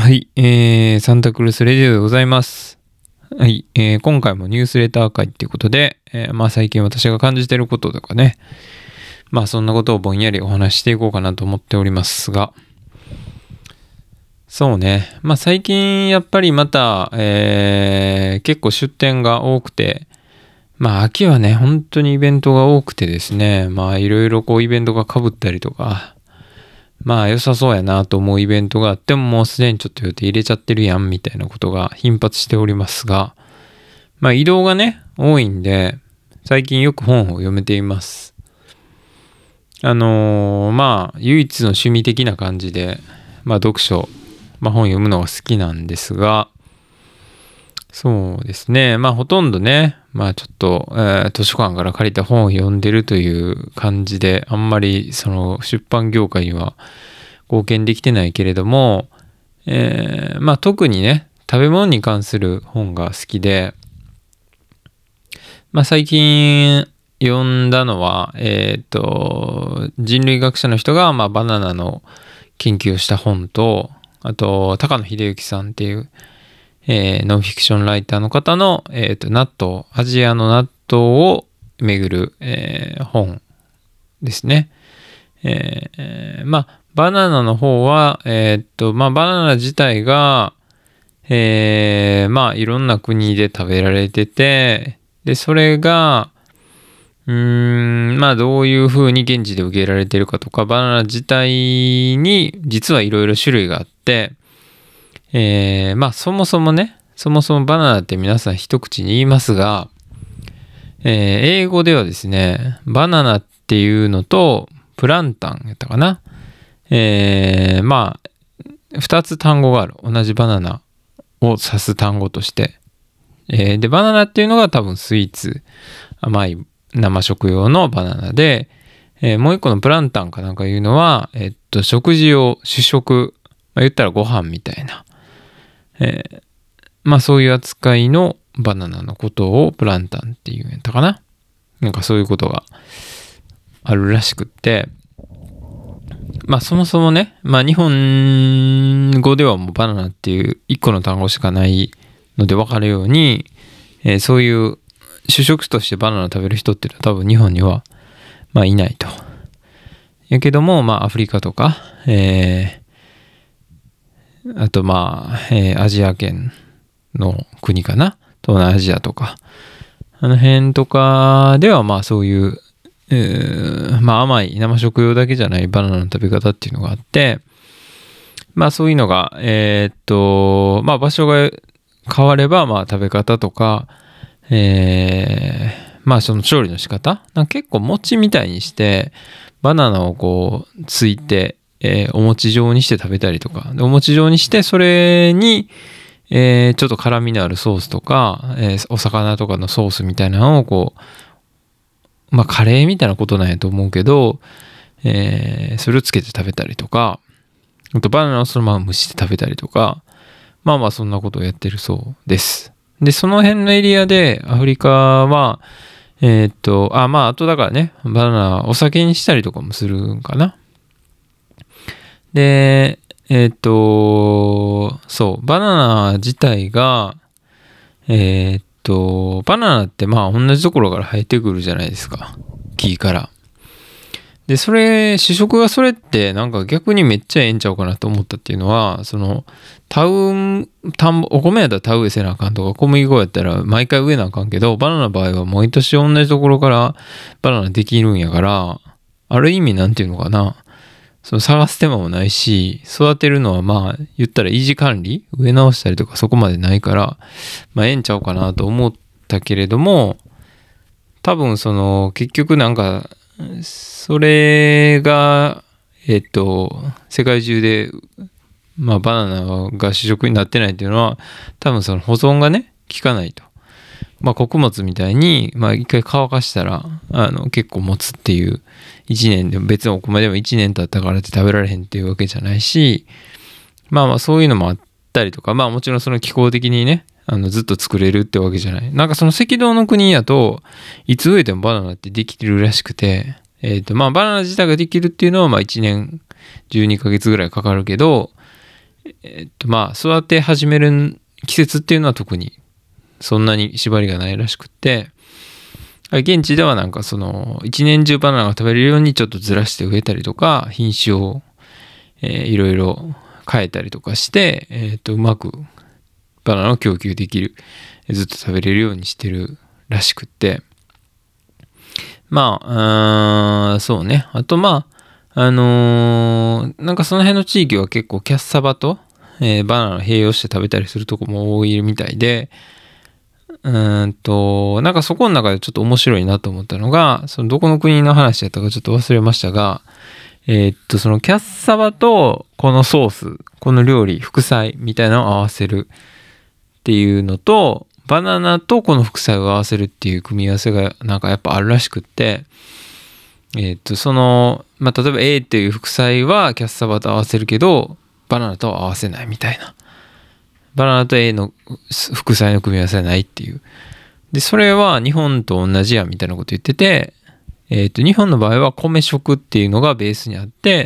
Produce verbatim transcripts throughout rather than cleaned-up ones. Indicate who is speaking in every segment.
Speaker 1: はい、えー、サンタクルスレディオでございます。はい、えー、今回もニュースレター会っていうことで、えー、まあ最近私が感じていることとかね、まあそんなことをぼんやりお話ししていこうかなと思っておりますが、そうね、まあ最近やっぱりまた、えー、結構出店が多くて、まあ秋はね、本当にイベントが多くてですね、まあいろいろこうイベントが被ったりとか、まあ良さそうやなと思うイベントがあってももうすでにちょっと予定入れちゃってるやんみたいなことが頻発しておりますが、まあ移動がね、多いんで、最近よく本を読めています。あのー、まあ唯一の趣味的な感じで、まあ読書、まあ本読むのが好きなんですが、そうですね、まあほとんどね、まあちょっと、えー図書館から借りた本を読んでるという感じで、あんまりその出版業界には貢献できてないけれども、えーまあ特にね、食べ物に関する本が好きで、まあ最近読んだのは、えっと、人類学者の人が、まあ、バナナの研究をした本と、あと、高野秀幸さんっていう、えーノンフィクションライターの方の、えっと、納豆、アジアの納豆をめぐる、えー本ですね。えーまあ、バナナの方は、えーっと、まあ、バナナ自体が、えーまあ、いろんな国で食べられてて、で、それが、うーん、まあ、どういう風に現地で受け入れられてるかとか、バナナ自体に実はいろいろ種類があって、えーまあ、そもそもね、そもそもバナナって皆さん一口に言いますが、えー英語ではですね、バナナっていうのと、プランタンやったかな。えーまあ、二つ単語がある。同じバナナを指す単語として。えーで、バナナっていうのが多分スイーツ、甘い生食用のバナナで、えーもう一個のプランタンかなんかいうのは、えっと、食事用、主食、まあ、言ったらご飯みたいな。えーまあそういう扱いのバナナのことをプランタンっていうんやったかな。なんかそういうことがあるらしくって、まあそもそもね、まあ日本語ではもうバナナっていう一個の単語しかないので分かるように、えーそういう主食としてバナナを食べる人っていうのは多分日本にはまあいないと。やけども、まあアフリカとか、えー、あとまあ、えーアジア圏の国かな。東南アジアとか、あの辺とかではまあそういう、えーまあ甘い生食用だけじゃないバナナの食べ方っていうのがあって、まあそういうのが、えーっと、まあ場所が変われば、まあ食べ方とか、えーまあその調理の仕方なんか結構餅みたいにして、バナナをこう、ついて、えーお餅状にして食べたりとか、でお餅状にして、それに、えーちょっと辛みのあるソースとか、えーお魚とかのソースみたいなのをこう、まあカレーみたいなことなんやと思うけど、えーそれをつけて食べたりとか、あとバナナをそのまま蒸して食べたりとか、まあまあそんなことをやってるそうです。で、その辺のエリアでアフリカは、えーっと、あ、まああとだからね、バナナお酒にしたりとかもするんかな。で、えーっと、そう、バナナ自体が、えーっと、バナナってまあ同じところから生えてくるじゃないですか。木から。で、それ、主食がそれってなんか逆にめっちゃええんちゃうかなと思ったっていうのは、その、田植え、田んぼ、お米やったら田植えせなあかんとか、小麦粉やったら毎回植えなあかんけど、バナナの場合は毎年同じところからバナナできるんやから、ある意味なんていうのかな、その探す手間もないし、育てるのはまあ言ったら維持管理植え直したりとかそこまでないから、まあええんちゃうかなと思ったけれども、多分その結局なんか、それが、えっと、世界中で、まあバナナが主食になってないっていうのは、多分その保存がね、効かないと。まあ穀物みたいに、まあ一回乾かしたら、あの結構持つっていう、一年でも別のお米でも一年経ったからって食べられへんっていうわけじゃないし、まあまあそういうのもあったりとか、まあもちろんその気候的にね、あのずっと作れるってわけじゃない。なんかその赤道の国やと、いつ植えてもバナナってできてるらしくて、えっとまあバナナ自体ができるっていうのはまあいちねんじゅうにかげつぐらいかかるけど、 えっとまあ育て始める季節っていうのは特にそんなに縛りがないらしくって、現地ではなんかその一年中バナナが食べれるようにちょっとずらして植えたりとか、品種を、えー、いろいろ変えたりとかして、えー、とうまくバナナを供給できる、ずっと食べれるようにしてるらしくって、まあ、あそうね。あとまあ、あのー、なんかその辺の地域は結構キャッサバと、えー、バナナを併用して食べたりするとこも多いみたいで、うーんと、なんかそこの中でちょっと面白いなと思ったのが、そのどこの国の話だったかちょっと忘れましたが、えー、っと、そのキャッサバとこのソース、この料理、副菜みたいなのを合わせるっていうのと、バナナとこの副菜を合わせるっていう組み合わせがなんかやっぱあるらしくって、えー、っと、その、まあ、例えば A っていう副菜はキャッサバと合わせるけど、バナナとは合わせないみたいな。バナナと A の副菜の組み合わせはないっていう。で、それは日本と同じやみたいなこと言ってて、えっと、日本の場合は米食っていうのがベースにあって、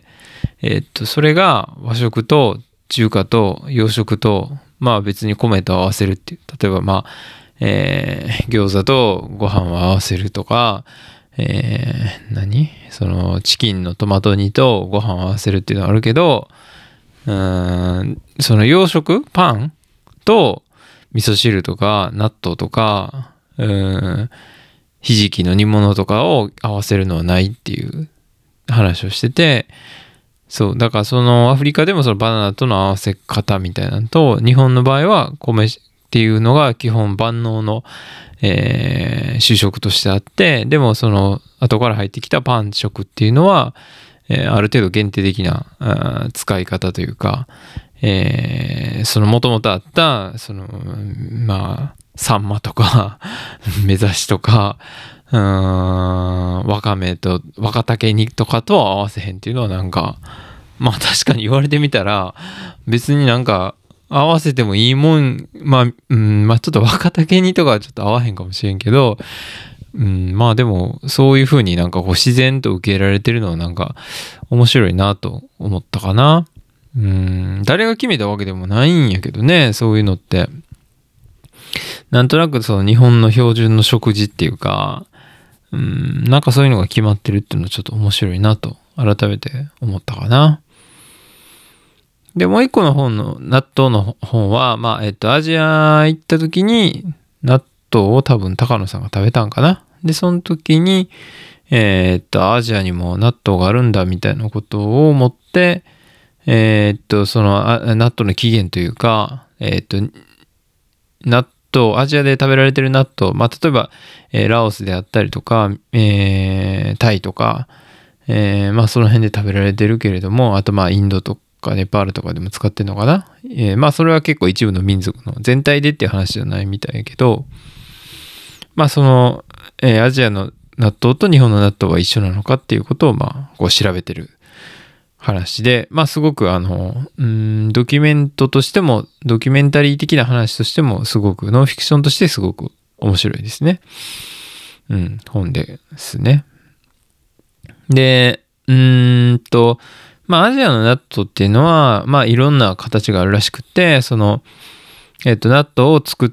Speaker 1: えっと、それが和食と中華と洋食と、まあ別に米と合わせるっていう。例えばまあ、えー、餃子とご飯を合わせるとか、えー、何そのチキンのトマト煮とご飯を合わせるっていうのはあるけど、うーん、その洋食パンと味噌汁とか納豆とか、うーん、ひじきの煮物とかを合わせるのはないっていう話をしてて、そう、だからそのアフリカでもそのバナナとの合わせ方みたいなのと、日本の場合は米っていうのが基本万能の、えー主食としてあって、でもその後から入ってきたパン食っていうのは、えーある程度限定的なあー使い方というか、えーその元々あったそのまあサンマとか目指しとか、うーん、わかめと若竹煮とかとは合わせへんっていうのはなんか、まあ確かに言われてみたら別になんか合わせてもいいもん、まあ、うん、まあちょっと若竹煮とかはちょっと合わへんかもしれんけど、うん、まあでもそういう風になんかこう自然と受け入れられてるのはなんか面白いなと思ったかな。うん、誰が決めたわけでもないんやけどね、そういうのって。なんとなくその日本の標準の食事っていうか、うん、なんかそういうのが決まってるっていうのはちょっと面白いなと改めて思ったかな。で、もう一個の本の納豆の本は、まあ、えっと、アジア行った時に納豆を多分高野さんが食べたんかな。で、その時に、えーっと、アジアにも納豆があるんだみたいなことを思って、えーっと、そのあ納豆の起源というか、えーっと、納豆、アジアで食べられてる納豆、まあ、例えば、えーラオスであったりとか、えータイとか、えーまあ、その辺で食べられてるけれども、あと、まあ、インドとかネパールとかでも使ってるのかな。えーまあ、それは結構一部の民族の全体でっていう話じゃないみたいやけど、まあ、その、えーアジアの納豆と日本の納豆は一緒なのかっていうことを、まあ、こう調べてる話で、まあすごくあの、うーん、ドキュメントとしても、ドキュメンタリー的な話としても、すごく、ノンフィクションとしてすごく面白いですね。うん、本ですね。で、うーんと、まあアジアの納豆っていうのは、まあいろんな形があるらしくて、その、えっと、納豆を作って、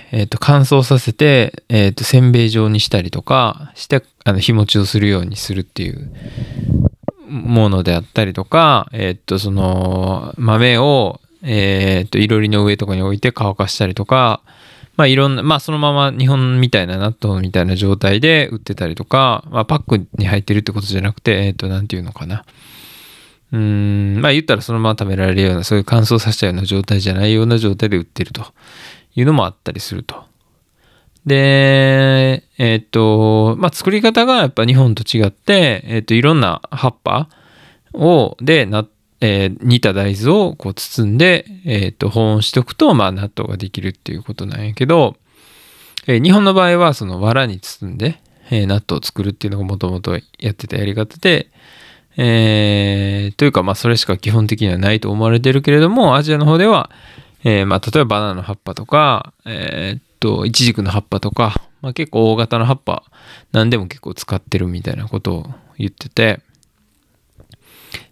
Speaker 1: えっと、乾燥させて、えっと、せんべい状にしたりとかして、あの、日持ちをするようにするっていうものであったりとか、えーっと、その、豆を、えーっと、いろりの上とかに置いて乾かしたりとか、まあいろんな、まあそのまま日本みたいな納豆みたいな状態で売ってたりとか、まあパックに入ってるってことじゃなくて、えーっと、なんていうのかな。うーん、まあ言ったらそのまま食べられるような、そういう乾燥させたような状態じゃないような状態で売ってるというのもあったりすると。で、えっと、まあ、作り方がやっぱ日本と違って、えっと、いろんな葉っぱを、で、な、えー煮た大豆をこう包んで、えっと、保温しておくと、まあ、納豆ができるっていうことなんやけど、えー日本の場合は、その、藁に包んで、えー納豆を作るっていうのがもともとやってたやり方で、えーというか、まあ、それしか基本的にはないと思われてるけれども、アジアの方では、えーまあ、例えばバナナの葉っぱとか、えーっと、イチジクの葉っぱとか、まあ、結構大型の葉っぱ、何でも結構使ってるみたいなことを言ってて、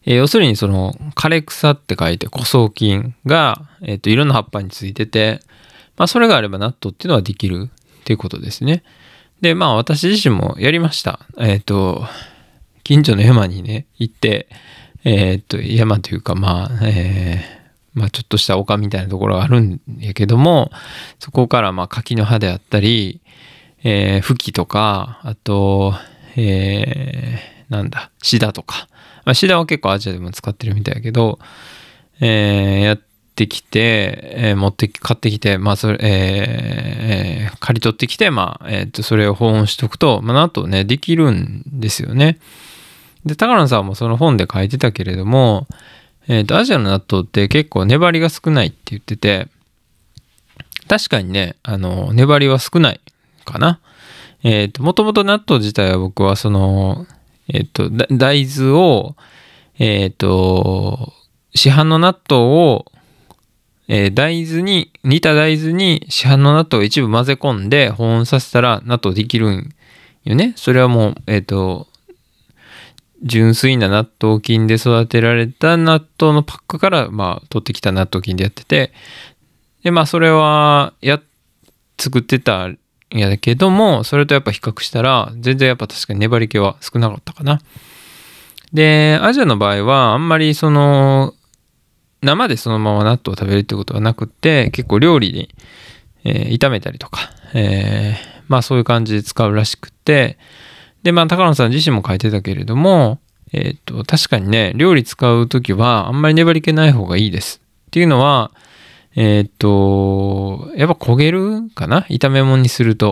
Speaker 1: えー要するにその枯れ草って書いて枯草菌が、えっといろんな葉っぱについてて、まあそれがあれば納豆っていうのはできるっていうことですね。で、まあ私自身もやりました。えっと、近所の山にね、行って、えっと、山というか、まあ、えーまあちょっとした丘みたいなところがあるんやけども、そこからまあ柿の葉であったり、えー、吹きとか、あと、えー、なんだ、シダとか。まあ、シダは結構アジアでも使ってるみたいやけど、えー、やってきて、えー持ってき、買ってきて、まあ、それ、えーえー刈り取ってきて、まあ、えっと、それを保温しとくと、まあ、納豆ね、できるんですよね。で、高野さんもその本で書いてたけれども、えっと、アジアの納豆って結構粘りが少ないって言ってて、確かにね、あの、粘りは少ないかな。えっと、もともと納豆自体は僕はその、えっと、だ大豆を、えっと、市販の納豆を、えー大豆に、煮た大豆に市販の納豆を一部混ぜ込んで保温させたら納豆できるんよね。それはもう、えっと、純粋な納豆菌で育てられた納豆のパックから、まあ、取ってきた納豆菌でやってて、で、まあ、それは、や、作ってたんやけども、それとやっぱ比較したら、全然やっぱ確かに粘り気は少なかったかな。で、アジアの場合は、あんまりその、生でそのまま納豆を食べるってことはなくって、結構料理に、えー炒めたりとか、えーまあそういう感じで使うらしくって、で、まあ高野さん自身も書いてたけれども、えっと、確かにね、料理使うときはあんまり粘り気ない方がいいです。っていうのは、えっと、やっぱ焦げるかな炒め物にすると。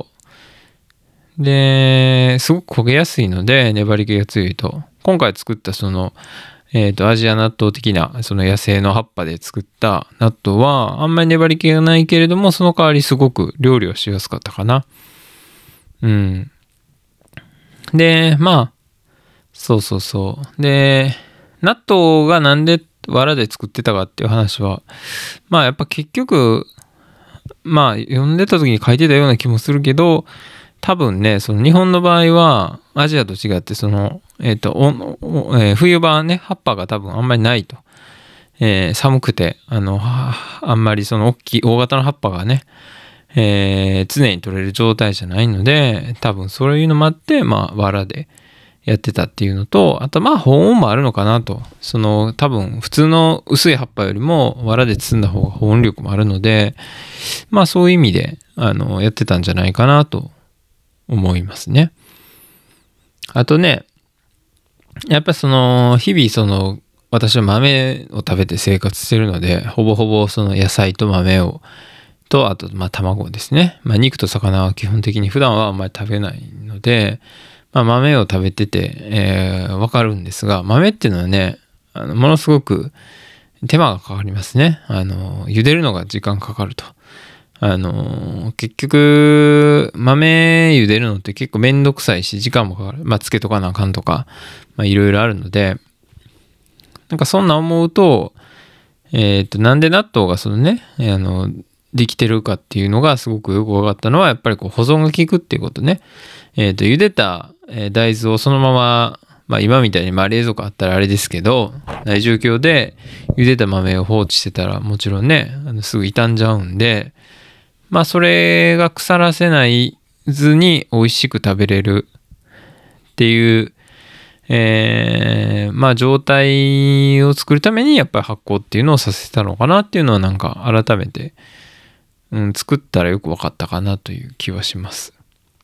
Speaker 1: で、すごく焦げやすいので、粘り気が強いと。今回作ったその、えっと、アジア納豆的な、その野生の葉っぱで作った納豆は、あんまり粘り気がないけれども、その代わりすごく料理をしやすかったかな。うん。で、まあ、そうそうそう。で、納豆がなんで藁で作ってたかっていう話は、まあやっぱ結局、まあ読んでた時に書いてたような気もするけど、多分ね、その日本の場合は、アジアと違って、その、えっと、おおえー冬場はね、葉っぱが多分あんまりないと。えー寒くて、あの、はあんまりその大きい、大型の葉っぱがね、えー常に取れる状態じゃないので、多分そういうのもあって、まあ、藁でやってたっていうのと、あとまあ保温もあるのかなと。その多分普通の薄い葉っぱよりも藁で包んだ方が保温力もあるので、まあそういう意味で、あの、やってたんじゃないかなと思いますね。あとね、やっぱその、日々その、私は豆を食べて生活してるので、ほぼほぼその野菜と豆を、と、あと、まあ卵ですね。まあ肉と魚は基本的に普段はあんまり食べないので、まあ豆を食べてて、えーわかるんですが、豆っていうのはね、あの、ものすごく手間がかかりますね。あの、茹でるのが時間かかると。あの、結局、豆茹でるのって結構めんどくさいし、時間もかかる。まあ、つけとかなあかんとか、まあ、いろいろあるので、なんかそんな思うと、えっと、なんで納豆がそのね、あの、できてるかっていうのがすごくよく分かったのは、やっぱりこう保存が効くっていうことね。えっと、茹でたえー大豆をそのまま、まあ今みたいにまあ冷蔵庫あったらあれですけど、ない状況で茹でた豆を放置してたらもちろんね、あのすぐ傷んじゃうんで、まあそれが腐らせないずに美味しく食べれるっていう、えーまあ状態を作るためにやっぱり発酵っていうのをさせたのかなっていうのはなんか改めて、うん、作ったらよく分かったかなという気はします。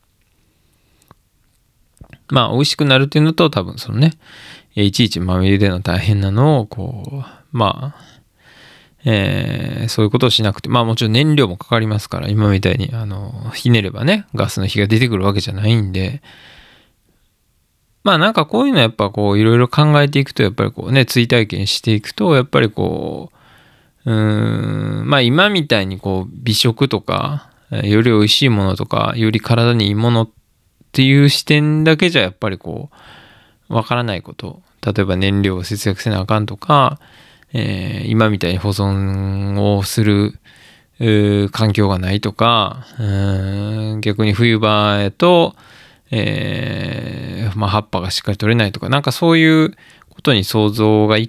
Speaker 1: まあ美味しくなるっていうのと多分そのね、いちいち豆茹での大変なのをこう、まあ、えーそういうことをしなくて、まあもちろん燃料もかかりますから、今みたいにあの、ひねればね、ガスの火が出てくるわけじゃないんで、まあなんかこういうのやっぱこういろいろ考えていくとやっぱりこうね追体験していくとやっぱりこううーんまあ今みたいにこう美食とかより美味しいものとかより体にいいものっていう視点だけじゃやっぱりこうわからないこと例えば燃料を節約せなあかんとか、えー今みたいに保存をするうー環境がないとかうーん逆に冬場へとえーまあ、葉っぱがしっかり取れないとか、なんかそういうこことに想像がいって、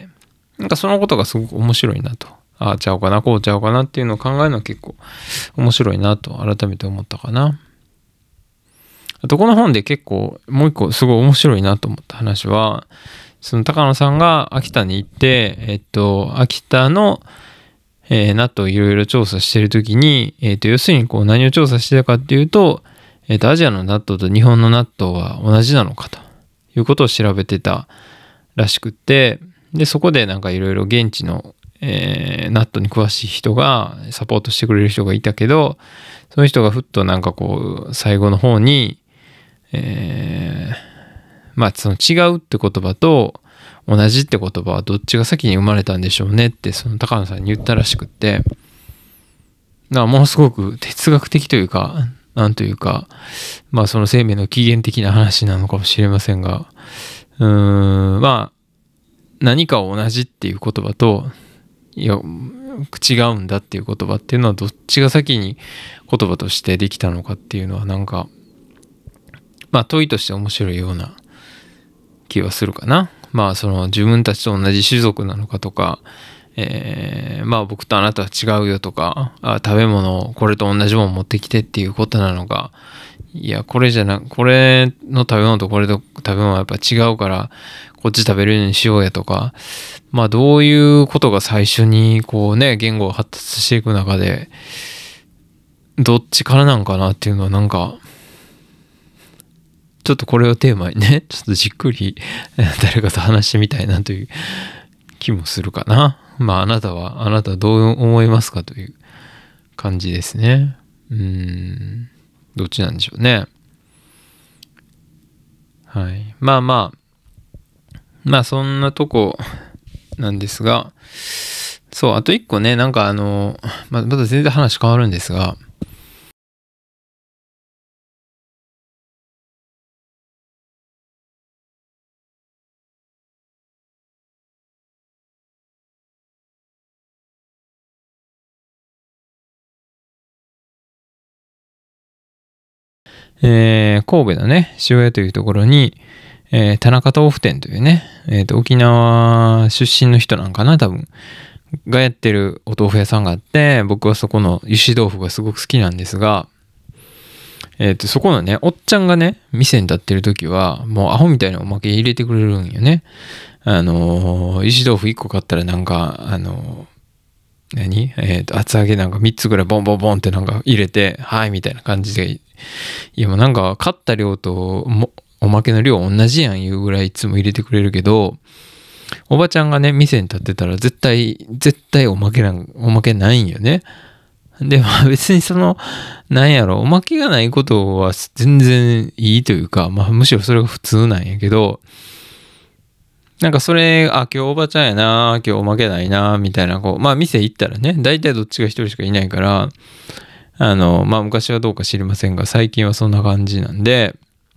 Speaker 1: なんかそのことがすごく面白いなと。ああ、ちゃうかな、こうちゃうかなっていうのを考えるのは結構面白いなと改めて思ったかな。あとこの本で結構もう一個すごい面白いなと思った話は、その高野さんが秋田に行って、えっと、秋田の、えー、納豆をいろいろ調査してるときに、えっと、要するにこう何を調査してたかっていうと、えっと、アジアの納豆と日本の納豆は同じなのかということを調べてたらしくって、で、そこでなんかいろいろ現地の、えー、納豆に詳しい人がサポートしてくれる人がいたけど、その人がふっとなんかこう、最後の方に、えー、まあその違うって言葉と同じって言葉はどっちが先に生まれたんでしょうねってその高野さんに言ったらしくって、だからものすごく哲学的というか、なんというか、まあその生命の起源的な話なのかもしれませんが、うーん、まあ何かを同じっていう言葉と、いや違うんだっていう言葉っていうのはどっちが先に言葉としてできたのかっていうのはなんか、まあ問いとして面白いような気はするかな。まあその自分たちと同じ種族なのかとか、えー、まあ僕とあなたは違うよとか、あ食べ物をこれと同じもの持ってきてっていうことなのか、いやこれじゃなこれの食べ物とこれと食べ物はやっぱ違うからこっち食べるようにしようやとか、まあどういうことが最初にこうね言語が発達していく中でどっちからなんかなっていうのはなんかちょっとこれをテーマにねちょっとじっくり誰かと話してみたいなという気もするかな。まああなたはあなたはどう思いますかという感じですね。うーんどっちなんでしょうね。はい。まあまあまあそんなとこなんですが、そうあと一個ねなんかあのまあまた全然話変わるんですが、えー、神戸のね塩屋というところに、えー、田中豆腐店というね、えーと、沖縄出身の人なんかな多分がやってるお豆腐屋さんがあって、僕はそこの油脂豆腐がすごく好きなんですが、えーとそこのねおっちゃんがね店に立ってる時はもうアホみたいなおまけ入れてくれるんよね。あのー、油脂豆腐いっこ買ったらなんかあのー、何えっ、ー、と厚揚げなんかみっつぐらいボンボンボンってなんか入れてはいみたいな感じで、いやもうなんか買った量ともおまけの量同じやんいうぐらいいつも入れてくれるけど、おばちゃんがね店に立ってたら絶対絶対おまけなんおまけないんよね。でまあ別にそのなんやろおまけがないことは全然いいというか、まあむしろそれが普通なんやけど、なんかそれあ今日おばちゃんやな今日おまけないなみたいな、こうまあ店行ったらね大体どっちが一人しかいないから、あのまあ昔はどうか知りませんが最近はそんな感じなんで、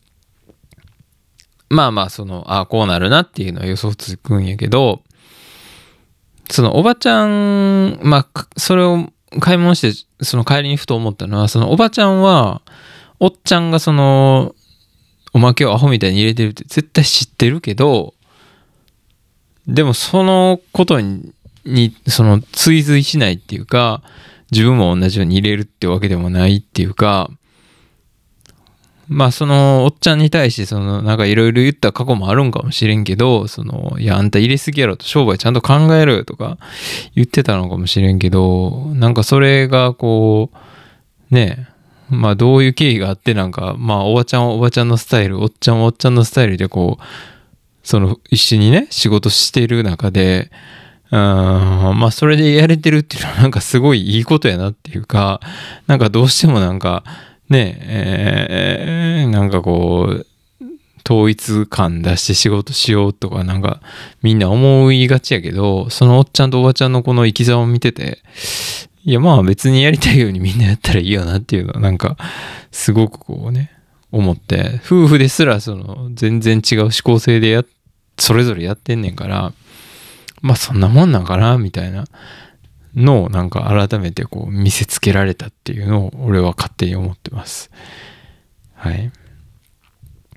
Speaker 1: まあまあそのあこうなるなっていうのは予想つくんやけど、そのおばちゃんまあそれを買い物してその帰りにふと思ったのは、そのおばちゃんはおっちゃんがそのおまけをアホみたいに入れてるって絶対知ってるけど、でもそのことににその追随しないっていうか、自分も同じように入れるってわけでもないっていうか、まあそのおっちゃんに対してそのなんかいろいろ言った過去もあるんかもしれんけど、そのいやあんた入れすぎやろと商売ちゃんと考えろよとか言ってたのかもしれんけど、なんかそれがこうねまあどういう経緯があってなんかまあおばちゃんはおばちゃんのスタイル、おっちゃんはおっちゃんのスタイルでこうその一緒にね仕事している中で、うんまあそれでやれてるっていうのはなんかすごいいいことやなっていうか、なんかどうしてもなんかねえー、なんかこう統一感出して仕事しようとかなんかみんな思いがちやけど、そのおっちゃんとおばちゃんのこの生き様を見てて、いやまあ別にやりたいようにみんなやったらいいよなっていうのはなんかすごくこうね思って、夫婦ですらその全然違う思考性でやそれぞれやってんねんから、まあそんなもんなんかなみたいなのをなんか改めてこう見せつけられたっていうのを俺は勝手に思ってます。はい。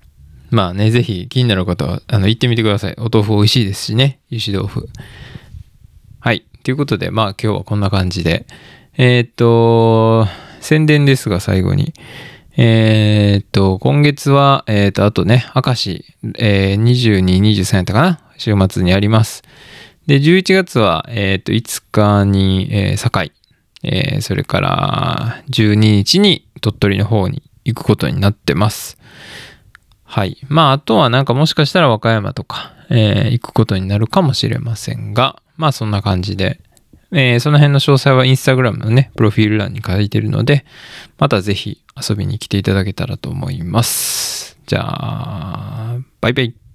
Speaker 1: まあね、ぜひ気になる方はあの行ってみてください。お豆腐美味しいですしね、油脂豆腐。はい。ということで、まあ今日はこんな感じで。えーっと、宣伝ですが最後に。えーっと、今月は、えーっと、あとね、明石、えー、にじゅうに、にじゅうさんやったかな、週末にあります。で、じゅういちがつは、えーっと、いつかに、えー、堺、えーそれからじゅうににちに鳥取の方に行くことになってます。はい。まあ、あとはなんかもしかしたら和歌山とか、えー行くことになるかもしれませんが、まあそんな感じで、えーその辺の詳細はインスタグラムのね、プロフィール欄に書いてるので、またぜひ遊びに来ていただけたらと思います。じゃあ、バイバイ。